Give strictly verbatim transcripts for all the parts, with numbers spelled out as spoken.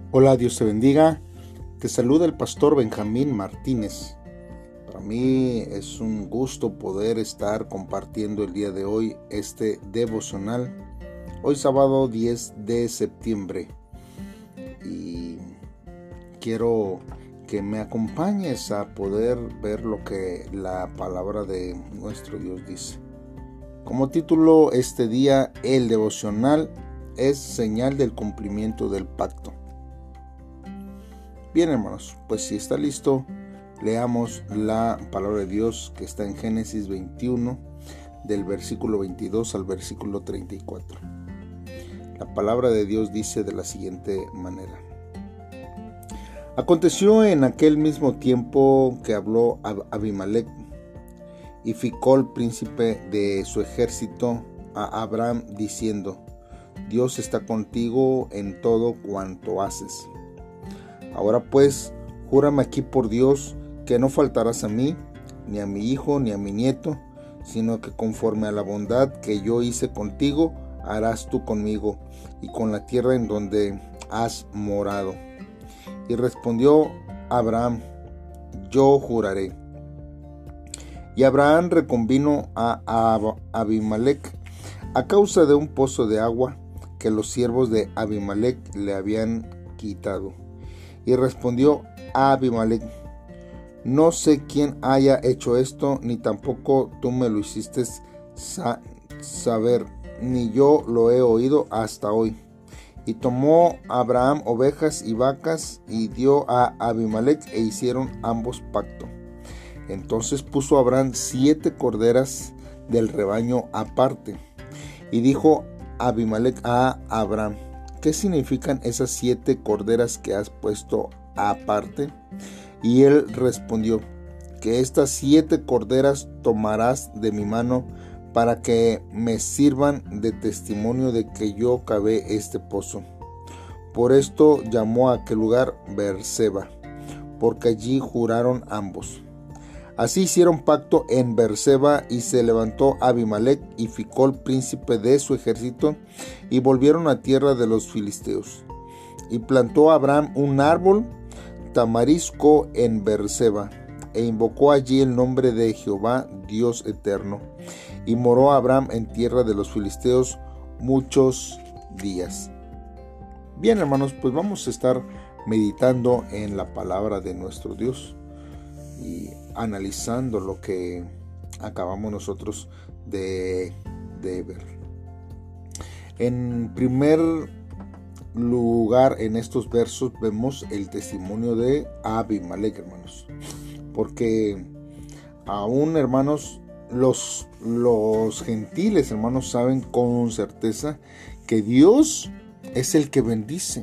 Hola, Dios te bendiga. Te saluda el pastor Benjamín Martínez. Para mí es un gusto poder estar compartiendo el día de hoy este devocional. Hoy sábado diez de septiembre. Y quiero que me acompañes a poder ver lo que la palabra de nuestro Dios dice. Como título este día, el devocional es señal del cumplimiento del pacto. Bien, hermanos, pues si está listo, leamos la palabra de Dios que está en Génesis veintiuno, del versículo veintidós al versículo treinta y cuatro. La palabra de Dios dice de la siguiente manera: Aconteció en aquel mismo tiempo que habló Abimelec y Ficol, príncipe de su ejército, a Abraham, diciendo: Dios está contigo en todo cuanto haces. Ahora pues, júrame aquí por Dios que no faltarás a mí, ni a mi hijo, ni a mi nieto, sino que conforme a la bondad que yo hice contigo, harás tú conmigo y con la tierra en donde has morado. Y respondió Abraham: yo juraré. Y Abraham reconvino a Abimelec a causa de un pozo de agua que los siervos de Abimelec le habían quitado. Y respondió a Abimelec: no sé quién haya hecho esto, ni tampoco tú me lo hiciste sa- saber, ni yo lo he oído hasta hoy. Y tomó Abraham ovejas y vacas, y dio a Abimelec, e hicieron ambos pacto. Entonces puso Abraham siete corderas del rebaño aparte, y dijo Abimelec a Abraham: ¿qué significan esas siete corderas que has puesto aparte? Y él respondió: que estas siete corderas tomarás de mi mano para que me sirvan de testimonio de que yo cavé este pozo. Por esto llamó a aquel lugar Beerseba, porque allí juraron ambos. Así hicieron pacto en Beerseba, y se levantó Abimelec y Ficol, príncipe de su ejército, y volvieron a tierra de los filisteos. Y plantó Abraham un árbol tamarisco en Beerseba, e invocó allí el nombre de Jehová, Dios eterno. Y moró Abraham en tierra de los filisteos muchos días. Bien, hermanos, pues vamos a estar meditando en la palabra de nuestro Dios y analizando lo que acabamos nosotros de, de ver. En primer lugar, en estos versos vemos el testimonio de Abimelec, hermanos, porque aún, hermanos, los, los gentiles, hermanos, saben con certeza que Dios es el que bendice.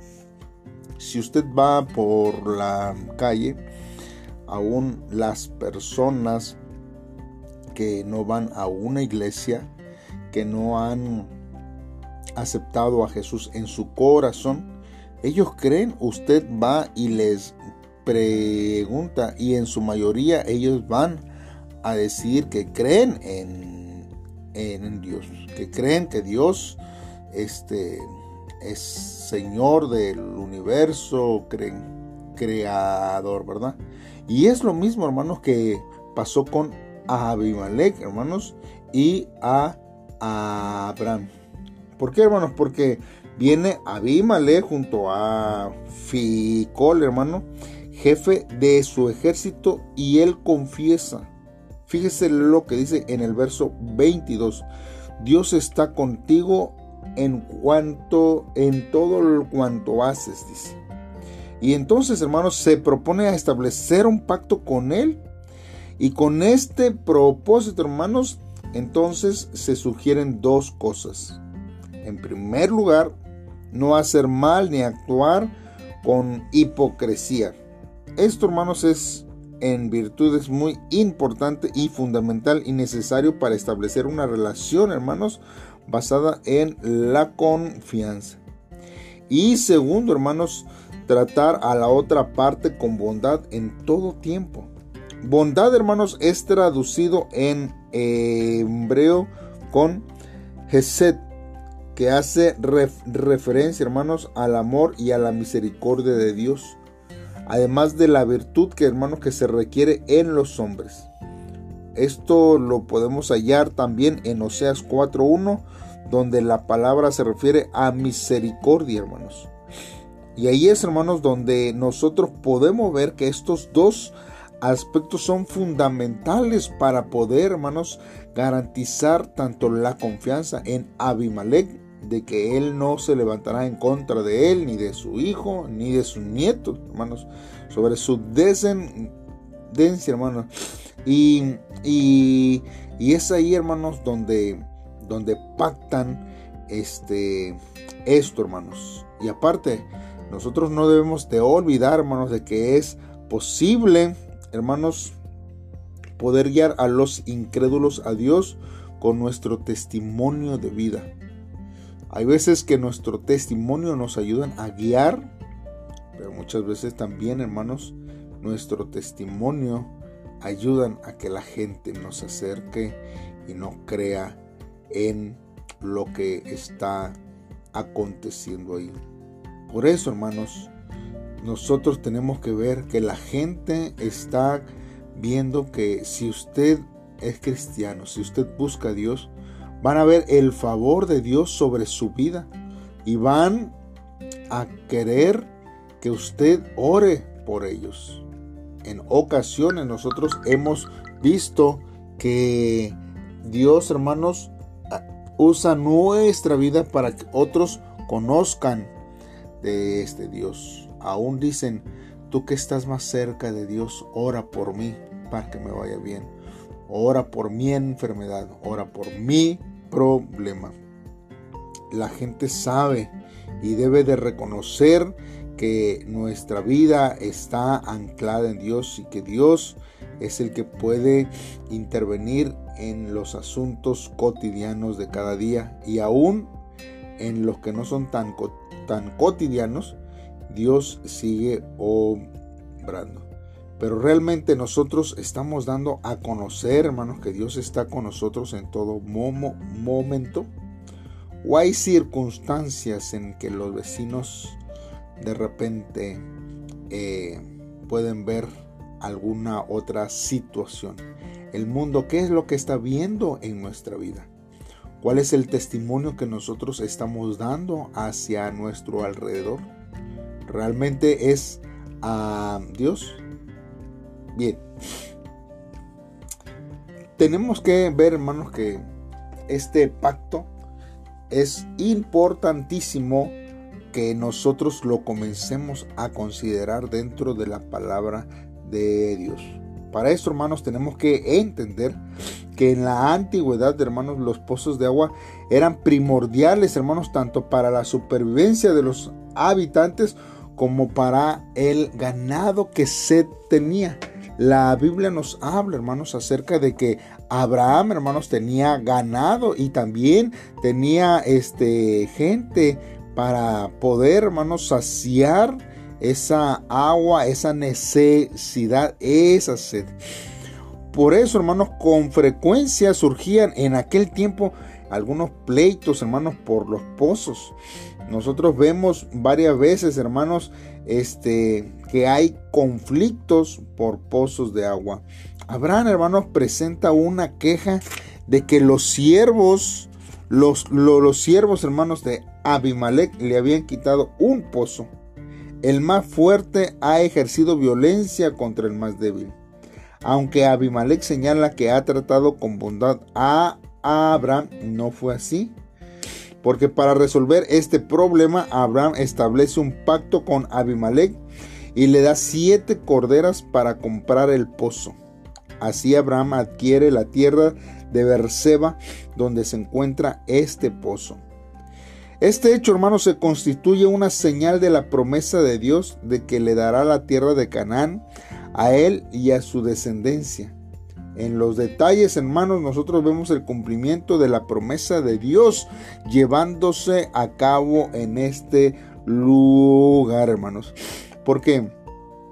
Si usted va por la calle, aún las personas que no van a una iglesia, que no han aceptado a Jesús en su corazón, ellos creen, usted va y les pregunta, y en su mayoría ellos van a decir que creen en, en, en Dios, que creen que Dios este, es Señor del universo, creen creador, ¿verdad? Y es lo mismo, hermanos, que pasó con Abimelec, hermanos, y a, a Abraham. ¿Por qué, hermanos? Porque viene Abimelec junto a Ficol, hermano, jefe de su ejército, y él confiesa. Fíjese lo que dice en el verso veintidós: Dios está contigo en cuanto, en todo cuanto haces, dice. Y entonces, hermanos, se propone a establecer un pacto con él. Y con este propósito, hermanos, entonces se sugieren dos cosas. En primer lugar, no hacer mal ni actuar con hipocresía. Esto, hermanos, es en virtud es muy importante y fundamental y necesario para establecer una relación, hermanos, basada en la confianza. Y segundo, hermanos, tratar a la otra parte con bondad en todo tiempo. Bondad, hermanos, es traducido en hebreo con Hesed, que hace ref, referencia, hermanos, al amor y a la misericordia de Dios, además de la virtud que, hermanos, que se requiere en los hombres. Esto lo podemos hallar también en Oseas cuatro uno, donde la palabra se refiere a misericordia, hermanos. Y ahí es, hermanos, donde nosotros podemos ver que estos dos aspectos son fundamentales para poder, hermanos, garantizar tanto la confianza en Abimelec, de que él no se levantará en contra de él, ni de su hijo, ni de sus nietos, hermanos, sobre su descendencia, hermanos. Y, y, y es ahí, hermanos, donde, donde pactan este, esto, hermanos. Y aparte, nosotros no debemos de olvidar, hermanos, de que es posible, hermanos, poder guiar a los incrédulos a Dios con nuestro testimonio de vida. Hay veces que nuestro testimonio nos ayuda a guiar, pero muchas veces también, hermanos, nuestro testimonio ayudan a que la gente nos acerque y no crea en lo que está aconteciendo ahí. Por eso, hermanos, nosotros tenemos que ver que la gente está viendo que si usted es cristiano, si usted busca a Dios, van a ver el favor de Dios sobre su vida y van a querer que usted ore por ellos. En ocasiones nosotros hemos visto que Dios, hermanos, usa nuestra vida para que otros conozcan de este Dios. Aún dicen: tú que estás más cerca de Dios, ora por mí para que me vaya bien. Ora por mi enfermedad, ora por mi problema. La gente sabe y debe de reconocer que nuestra vida está anclada en Dios y que Dios es el que puede intervenir en los asuntos cotidianos de cada día, y aún en los que no son tan, tan cotidianos, Dios sigue obrando. Pero realmente nosotros estamos dando a conocer, hermanos, que Dios está con nosotros en todo momo, momento. O hay circunstancias en que los vecinos de repente eh, pueden ver alguna otra situación. El mundo, ¿qué es lo que está viendo en nuestra vida? ¿Cuál es el testimonio que nosotros estamos dando hacia nuestro alrededor? ¿Realmente es a Dios? Bien, tenemos que ver, hermanos, que este pacto es importantísimo que nosotros lo comencemos a considerar dentro de la palabra de Dios. Para esto, hermanos, tenemos que entender que en la antigüedad, hermanos, los pozos de agua eran primordiales, hermanos, tanto para la supervivencia de los habitantes como para el ganado que se tenía. La Biblia nos habla, hermanos, acerca de que Abraham, hermanos, tenía ganado y también tenía este, gente para poder, hermanos, saciar esa agua, esa necesidad, esa sed. Por eso, hermanos, con frecuencia surgían en aquel tiempo algunos pleitos, hermanos, por los pozos. Nosotros vemos varias veces, hermanos, este, que hay conflictos por pozos de agua. Abraham, hermanos, presenta una queja de que los siervos, los, los, los siervos, hermanos, de Abimelec le habían quitado un pozo. El más fuerte ha ejercido violencia contra el más débil. Aunque Abimelec señala que ha tratado con bondad a Abraham, no fue así. Porque para resolver este problema, Abraham establece un pacto con Abimelec y le da siete corderas para comprar el pozo. Así Abraham adquiere la tierra de Beerseba, donde se encuentra este pozo. Este hecho, hermanos, se constituye una señal de la promesa de Dios de que le dará la tierra de Canaán a él y a su descendencia. En los detalles, hermanos, nosotros vemos el cumplimiento de la promesa de Dios llevándose a cabo en este lugar, hermanos. Porque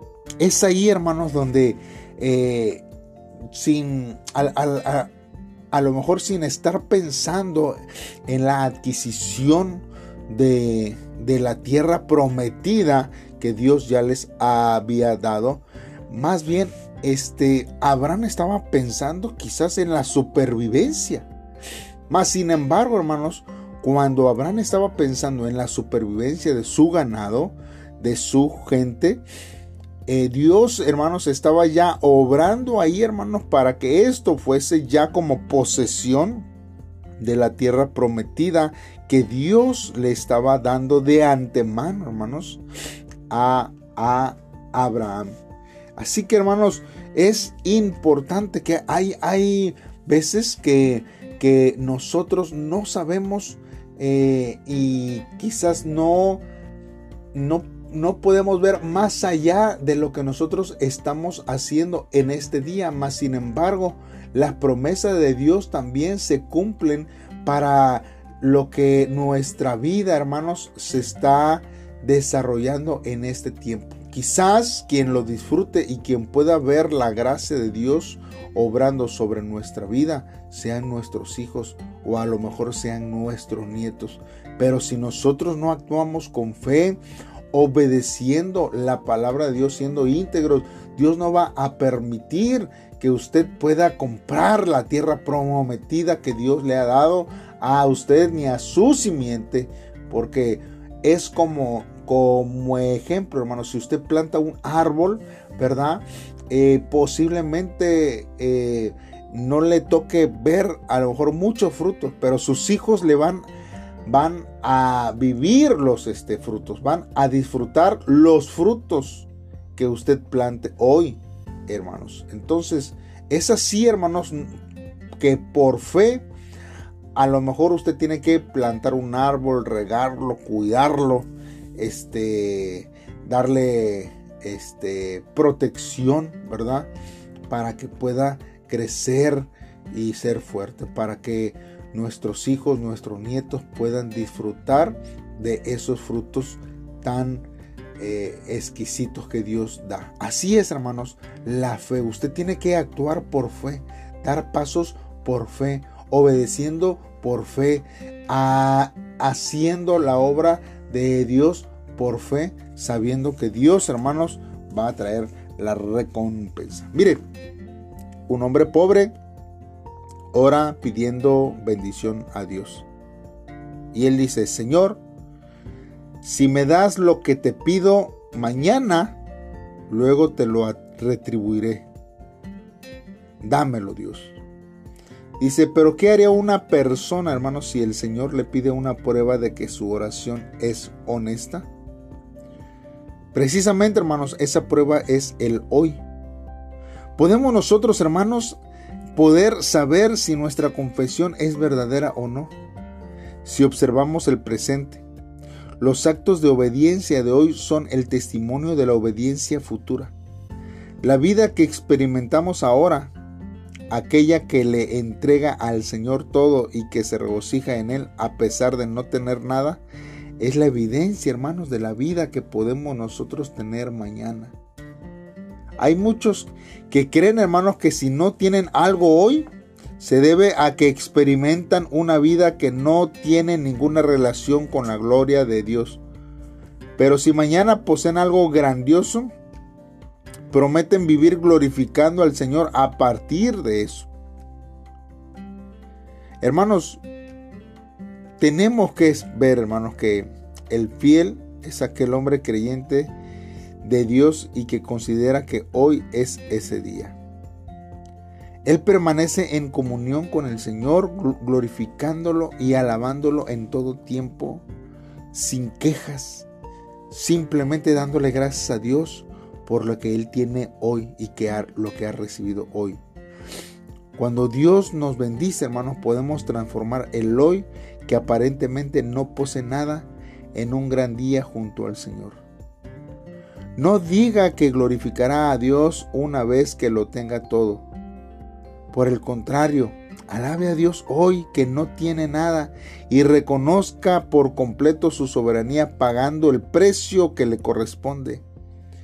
es ahí, hermanos, donde eh, sin al, al, a, a lo mejor sin estar pensando en la adquisición de, de la tierra prometida que Dios ya les había dado. Más bien, este, Abraham estaba pensando quizás en la supervivencia. Mas, sin embargo, hermanos, cuando Abraham estaba pensando en la supervivencia de su ganado, de su gente, eh, Dios, hermanos, estaba ya obrando ahí, hermanos, para que esto fuese ya como posesión de la tierra prometida que Dios le estaba dando de antemano, hermanos, a, a Abraham. Así que, hermanos, es importante que hay, hay veces que, que nosotros no sabemos eh, y quizás no, no, no podemos ver más allá de lo que nosotros estamos haciendo en este día. Mas, sin embargo, las promesas de Dios también se cumplen para lo que nuestra vida, hermanos, se está desarrollando en este tiempo. Quizás quien lo disfrute y quien pueda ver la gracia de Dios obrando sobre nuestra vida sean nuestros hijos o a lo mejor sean nuestros nietos. Pero si nosotros no actuamos con fe, obedeciendo la palabra de Dios, siendo íntegros, Dios no va a permitir que usted pueda comprar la tierra prometida que Dios le ha dado a usted ni a su simiente, porque es como Como ejemplo, hermanos, si usted planta un árbol, ¿verdad? Eh, posiblemente eh, no le toque ver a lo mejor muchos frutos, pero sus hijos le van, van a vivir los este, frutos, van a disfrutar los frutos que usted plante hoy, hermanos. Entonces, es así, hermanos, que por fe, a lo mejor usted tiene que plantar un árbol, regarlo, cuidarlo, este darle este protección, ¿verdad? Para que pueda crecer y ser fuerte, para que nuestros hijos, nuestros nietos puedan disfrutar de esos frutos tan eh, exquisitos que Dios da. Así es, hermanos, la fe. Usted tiene que actuar por fe, dar pasos por fe, obedeciendo por fe, a, haciendo la obra de Dios por fe, sabiendo que Dios, hermanos, va a traer la recompensa. Mire, un hombre pobre ora pidiendo bendición a Dios. Y él dice: Señor, si me das lo que te pido mañana, luego te lo retribuiré. Dámelo, Dios. Dice: pero ¿qué haría una persona, hermanos, si el Señor le pide una prueba de que su oración es honesta? Precisamente, hermanos, esa prueba es el hoy. ¿Podemos nosotros, hermanos, poder saber si nuestra confesión es verdadera o no? Si observamos el presente, los actos de obediencia de hoy son el testimonio de la obediencia futura. La vida que experimentamos ahora, aquella que le entrega al Señor todo y que se regocija en Él a pesar de no tener nada, es la evidencia, hermanos, de la vida que podemos nosotros tener mañana. Hay muchos que creen, hermanos, que si no tienen algo hoy, se debe a que experimentan una vida que no tiene ninguna relación con la gloria de Dios. Pero si mañana poseen algo grandioso, prometen vivir glorificando al Señor a partir de eso. Hermanos, tenemos que ver, hermanos, que el fiel es aquel hombre creyente de Dios y que considera que hoy es ese día. Él permanece en comunión con el Señor, glorificándolo y alabándolo en todo tiempo, sin quejas, simplemente dándole gracias a Dios por lo que Él tiene hoy y que ha, lo que ha recibido hoy. Cuando Dios nos bendice, hermanos, podemos transformar el hoy, que aparentemente no posee nada, en un gran día junto al Señor. No diga que glorificará a Dios una vez que lo tenga todo. Por el contrario, alabe a Dios hoy que no tiene nada y reconozca por completo su soberanía pagando el precio que le corresponde.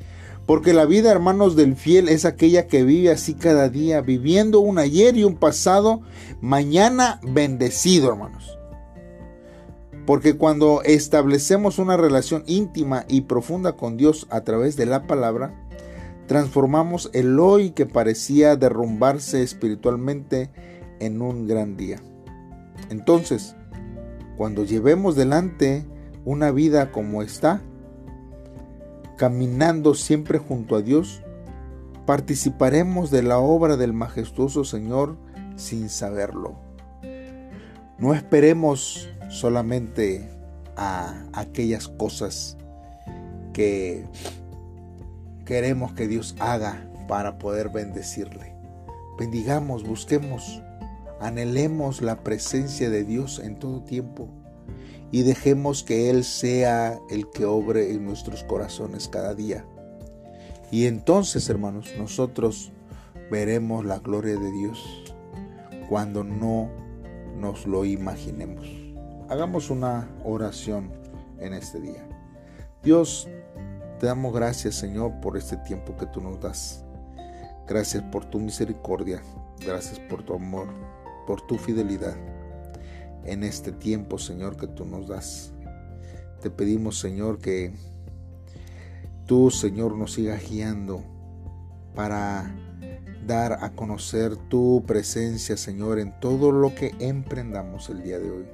Porque la vida, hermanos, del fiel es aquella que vive así cada día, viviendo un ayer y un pasado, mañana bendecido, hermanos. Porque cuando establecemos una relación íntima y profunda con Dios a través de la palabra, transformamos el hoy que parecía derrumbarse espiritualmente en un gran día. Entonces, cuando llevemos delante una vida como esta, caminando siempre junto a Dios, participaremos de la obra del majestuoso Señor sin saberlo. No esperemos solamente a aquellas cosas que queremos que Dios haga para poder bendecirle. Bendigamos, busquemos, anhelemos la presencia de Dios en todo tiempo y dejemos que Él sea el que obre en nuestros corazones cada día. Y entonces, hermanos, nosotros veremos la gloria de Dios cuando no nos lo imaginemos. Hagamos una oración en este día. Dios, te damos gracias, Señor, por este tiempo que tú nos das. Gracias por tu misericordia. Gracias por tu amor, por tu fidelidad. En este tiempo, Señor, que tú nos das, te pedimos, Señor, que tú, Señor, nos sigas guiando para dar a conocer tu presencia, Señor, en todo lo que emprendamos el día de hoy.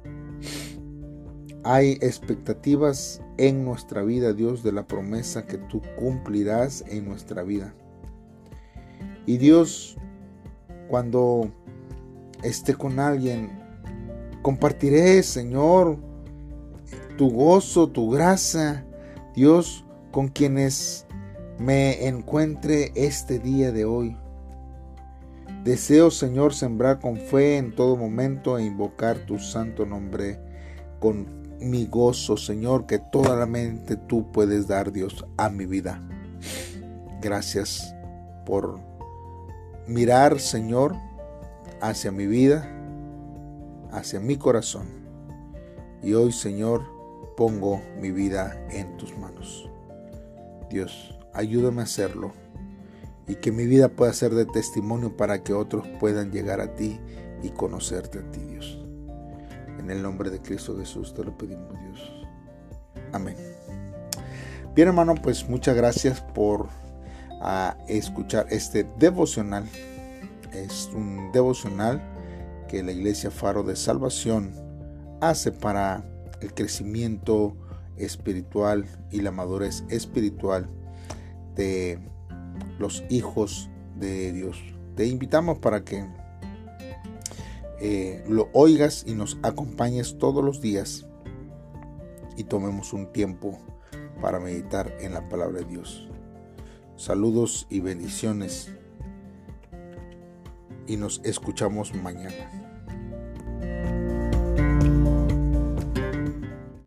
Hay expectativas en nuestra vida, Dios, de la promesa que tú cumplirás en nuestra vida. Y Dios, cuando esté con alguien, compartiré, Señor, tu gozo, tu gracia, Dios, con quienes me encuentre este día de hoy. Deseo, Señor, sembrar con fe en todo momento e invocar tu santo nombre con mi gozo, Señor, que toda la mente tú puedes dar, Dios, a mi vida. Gracias por mirar, Señor, hacia mi vida, hacia mi corazón. Y hoy, Señor, pongo mi vida en tus manos. Dios, ayúdame a hacerlo y que mi vida pueda ser de testimonio para que otros puedan llegar a ti y conocerte a ti, Dios. En el nombre de Cristo Jesús te lo pedimos, Dios. Amén. Bien, hermano, pues muchas gracias por uh, escuchar este devocional. Es un devocional que la Iglesia Faro de Salvación hace para el crecimiento espiritual y la madurez espiritual de los hijos de Dios. Te invitamos para que eh, lo oigas y nos acompañes todos los días y tomemos un tiempo para meditar en la palabra de Dios. Saludos y bendiciones y nos escuchamos mañana.